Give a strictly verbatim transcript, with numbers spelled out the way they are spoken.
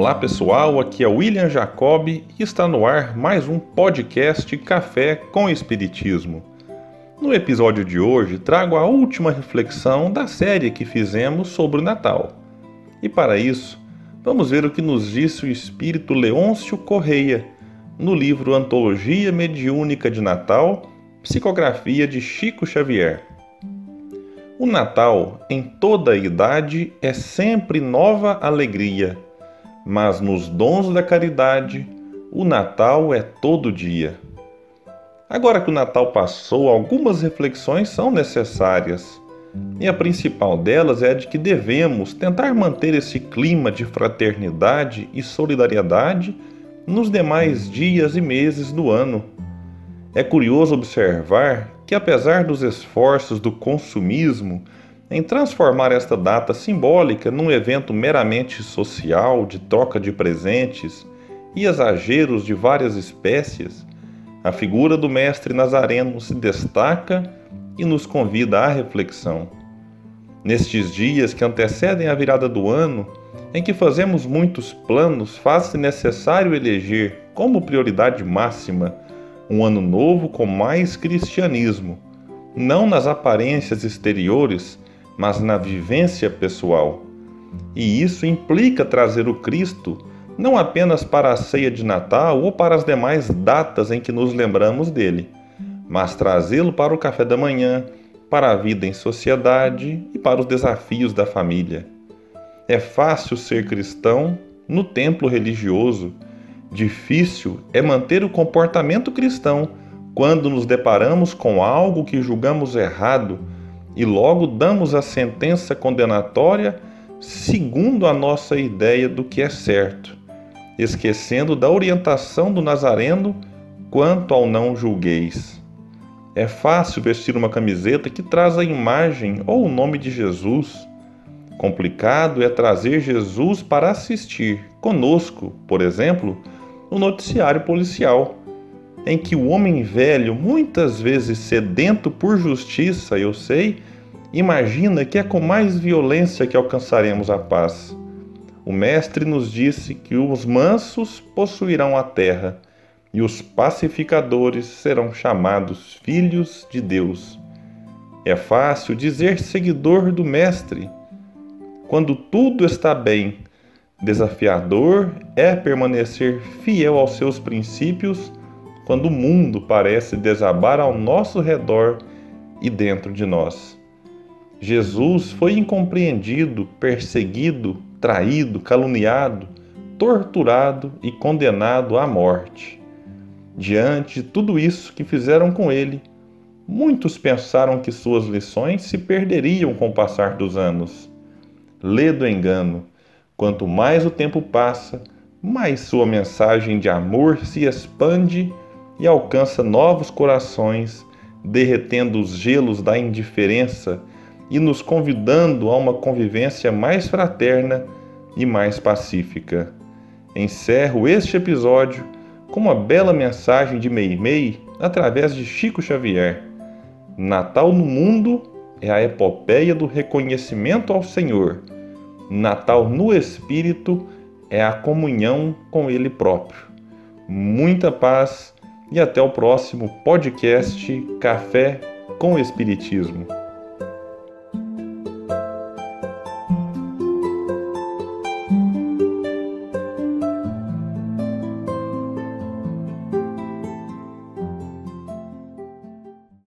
Olá pessoal, aqui é William Jacob e está no ar mais um podcast Café com Espiritismo. No episódio de hoje trago a última reflexão da série que fizemos sobre o Natal. E para isso, vamos ver o que nos disse o espírito Leôncio Correia no livro Antologia Mediúnica de Natal, psicografia de Chico Xavier. O Natal, em toda a idade, é sempre nova alegria, mas nos dons da caridade, o Natal é todo dia. Agora que o Natal passou, algumas reflexões são necessárias, e a principal delas é a de que devemos tentar manter esse clima de fraternidade e solidariedade nos demais dias e meses do ano. É curioso observar que, apesar dos esforços do consumismo em transformar esta data simbólica num evento meramente social de troca de presentes e exageros de várias espécies, a figura do Mestre Nazareno se destaca e nos convida à reflexão. Nestes dias que antecedem a virada do ano, em que fazemos muitos planos, faz-se necessário eleger como prioridade máxima um ano novo com mais cristianismo, não nas aparências exteriores, mas na vivência pessoal. E isso implica trazer o Cristo não apenas para a ceia de Natal ou para as demais datas em que nos lembramos dele, mas trazê-lo para o café da manhã, para a vida em sociedade e para os desafios da família. É fácil ser cristão no templo religioso. Difícil é manter o comportamento cristão quando nos deparamos com algo que julgamos errado e logo damos a sentença condenatória segundo a nossa ideia do que é certo, esquecendo da orientação do Nazareno quanto ao não julgueis. É fácil vestir uma camiseta que traz a imagem ou o nome de Jesus. Complicado é trazer Jesus para assistir conosco, por exemplo, no noticiário policial, em que o homem velho, muitas vezes sedento por justiça, eu sei, imagina que é com mais violência que alcançaremos a paz. O Mestre nos disse que os mansos possuirão a terra e os pacificadores serão chamados filhos de Deus. É fácil dizer seguidor do Mestre quando tudo está bem. Desafiador é permanecer fiel aos seus princípios quando o mundo parece desabar ao nosso redor e dentro de nós. Jesus foi incompreendido, perseguido, traído, caluniado, torturado e condenado à morte. Diante de tudo isso que fizeram com ele, muitos pensaram que suas lições se perderiam com o passar dos anos. Ledo engano. Quanto mais o tempo passa, mais sua mensagem de amor se expande e alcança novos corações, derretendo os gelos da indiferença e nos convidando a uma convivência mais fraterna e mais pacífica. Encerro este episódio com uma bela mensagem de Meimei através de Chico Xavier. Natal no mundo é a epopeia do reconhecimento ao Senhor. Natal no Espírito é a comunhão com Ele próprio. Muita paz e até o próximo podcast Café com Espiritismo.